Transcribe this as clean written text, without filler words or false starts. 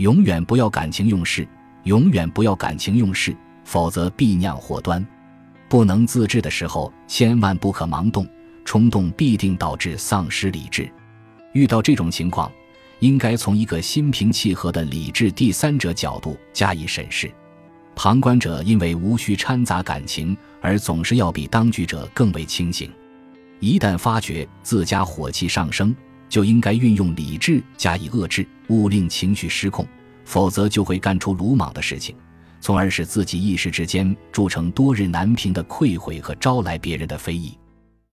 永远不要感情用事，永远不要感情用事，否则必酿祸端。不能自制的时候，千万不可盲动，冲动必定导致丧失理智。遇到这种情况，应该从一个心平气和的理智第三者角度加以审视。旁观者因为无需掺杂感情，而总是要比当局者更为清醒。一旦发觉自家火气上升，就应该运用理智加以遏制，勿令情绪失控，否则就会干出鲁莽的事情，从而使自己一时之间铸成多日难平的愧悔和招来别人的非议。